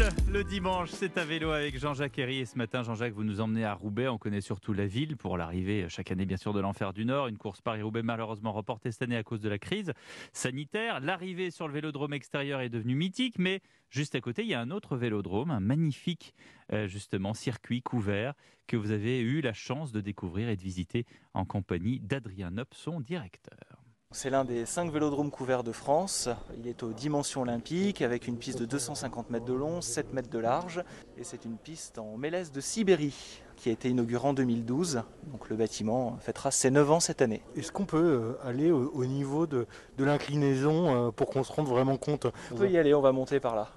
roule le dimanche, c'est à vélo avec Jean-Jacques Herry. Et ce matin, Jean-Jacques, vous nous emmenez à Roubaix. On connaît surtout la ville pour l'arrivée chaque année, bien sûr, de l'Enfer du Nord. Une course Paris-Roubaix malheureusement reportée cette année à cause de la crise sanitaire. L'arrivée sur le vélodrome extérieur est devenue mythique, mais juste à côté, il y a un autre vélodrome, un magnifique justement circuit couvert que vous avez eu la chance de découvrir et de visiter en compagnie d'Adrien Nopp, son directeur. C'est l'un des 5 vélodromes couverts de France. Il est aux dimensions olympiques avec une piste de 250 mètres de long, 7 mètres de large. Et c'est une piste en mélèze de Sibérie qui a été inaugurée en 2012. Donc le bâtiment fêtera ses 9 ans cette année. Est-ce qu'on peut aller au niveau de l'inclinaison pour qu'on se rende vraiment compte? On peut y aller, on va monter par là.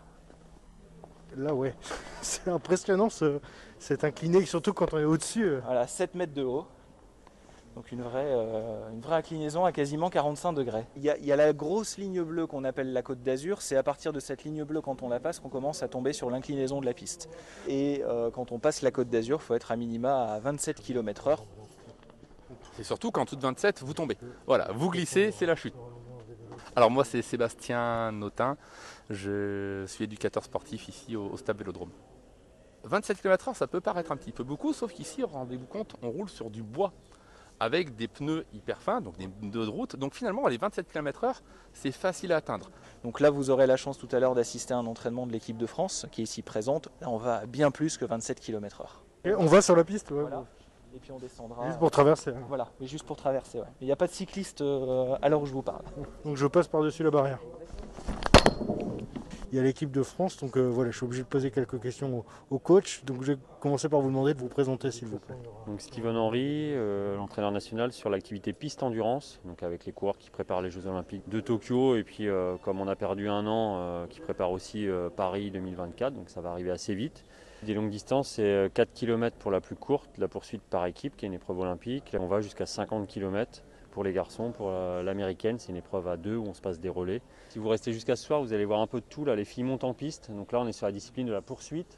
Là ouais, c'est impressionnant cette incliné, surtout quand on est au-dessus. Voilà, 7 mètres de haut. Donc une vraie inclinaison à quasiment 45 degrés. Il y a la grosse ligne bleue qu'on appelle la Côte d'Azur. C'est à partir de cette ligne bleue, quand on la passe, qu'on commence à tomber sur l'inclinaison de la piste. Et quand on passe la Côte d'Azur, il faut être à minima à 27 km/h. C'est surtout qu'en dessous de 27, vous tombez. Voilà, vous glissez, c'est la chute. Alors moi, c'est Sébastien Notin. Je suis éducateur sportif ici au Stade Vélodrome. 27 km/h, ça peut paraître un petit peu beaucoup, sauf qu'ici, rendez-vous compte, on roule sur du bois, avec des pneus hyper fins, donc des pneus de route. Donc finalement, les 27 km/h, c'est facile à atteindre. Donc là, vous aurez la chance tout à l'heure d'assister à un entraînement de l'équipe de France qui est ici présente. Là, on va bien plus que 27 km/h. Et on va sur la piste, ouais. Voilà. Et puis on descendra. Juste pour traverser. Voilà, mais juste pour traverser. Ouais. Il n'y a pas de cycliste à l'heure où je vous parle. Donc je passe par-dessus la barrière. Il y a l'équipe de France, donc voilà, je suis obligé de poser quelques questions au coach. Donc je vais commencer par vous demander de vous présenter, s'il vous plaît. Donc Steven Henry, l'entraîneur national sur l'activité piste endurance, donc avec les coureurs qui préparent les Jeux Olympiques de Tokyo, et puis comme on a perdu un an, qui prépare aussi Paris 2024, donc ça va arriver assez vite. Des longues distances, c'est 4 km pour la plus courte, la poursuite par équipe, qui est une épreuve olympique. On va jusqu'à 50 km. Pour les garçons, pour l'américaine, c'est une épreuve à 2 où on se passe des relais. Si vous restez jusqu'à ce soir, vous allez voir un peu de tout. Là, les filles montent en piste. Donc là, on est sur la discipline de la poursuite.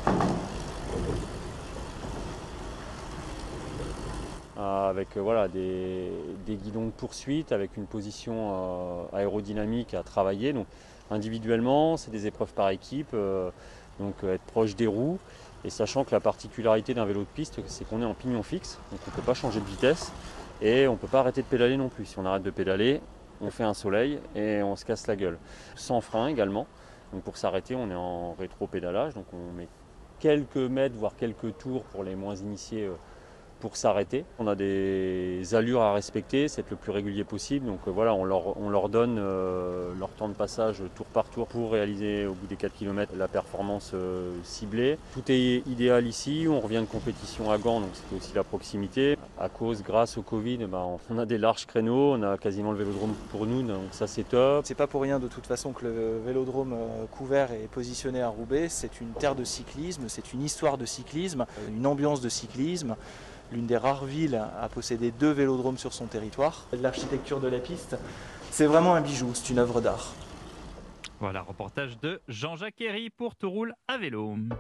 Avec voilà, des guidons de poursuite, avec une position aérodynamique à travailler. Donc, individuellement, c'est des épreuves par équipe, donc être proche des roues. Et sachant que la particularité d'un vélo de piste, c'est qu'on est en pignon fixe, donc on ne peut pas changer de vitesse. Et on ne peut pas arrêter de pédaler non plus. Si on arrête de pédaler, on fait un soleil et on se casse la gueule. Sans frein également. Donc pour s'arrêter, on est en rétro-pédalage. Donc on met quelques mètres, voire quelques tours pour les moins initiés pour s'arrêter. On a des allures à respecter, c'est être le plus régulier possible. Donc voilà, on leur donne leur temps de passage tour par tour pour réaliser au bout des 4 km la performance ciblée. Tout est idéal ici, on revient de compétition à Gand, donc c'était aussi la proximité. Grâce au Covid, on a des larges créneaux, on a quasiment le vélodrome pour nous, donc ça c'est top. C'est pas pour rien de toute façon que le vélodrome couvert est positionné à Roubaix. C'est une terre de cyclisme, c'est une histoire de cyclisme, une ambiance de cyclisme. L'une des rares villes à posséder 2 vélodromes sur son territoire. L'architecture de la piste, c'est vraiment un bijou, c'est une œuvre d'art. Voilà, reportage de Jean-Jacques Herry pour Tout roule à vélo.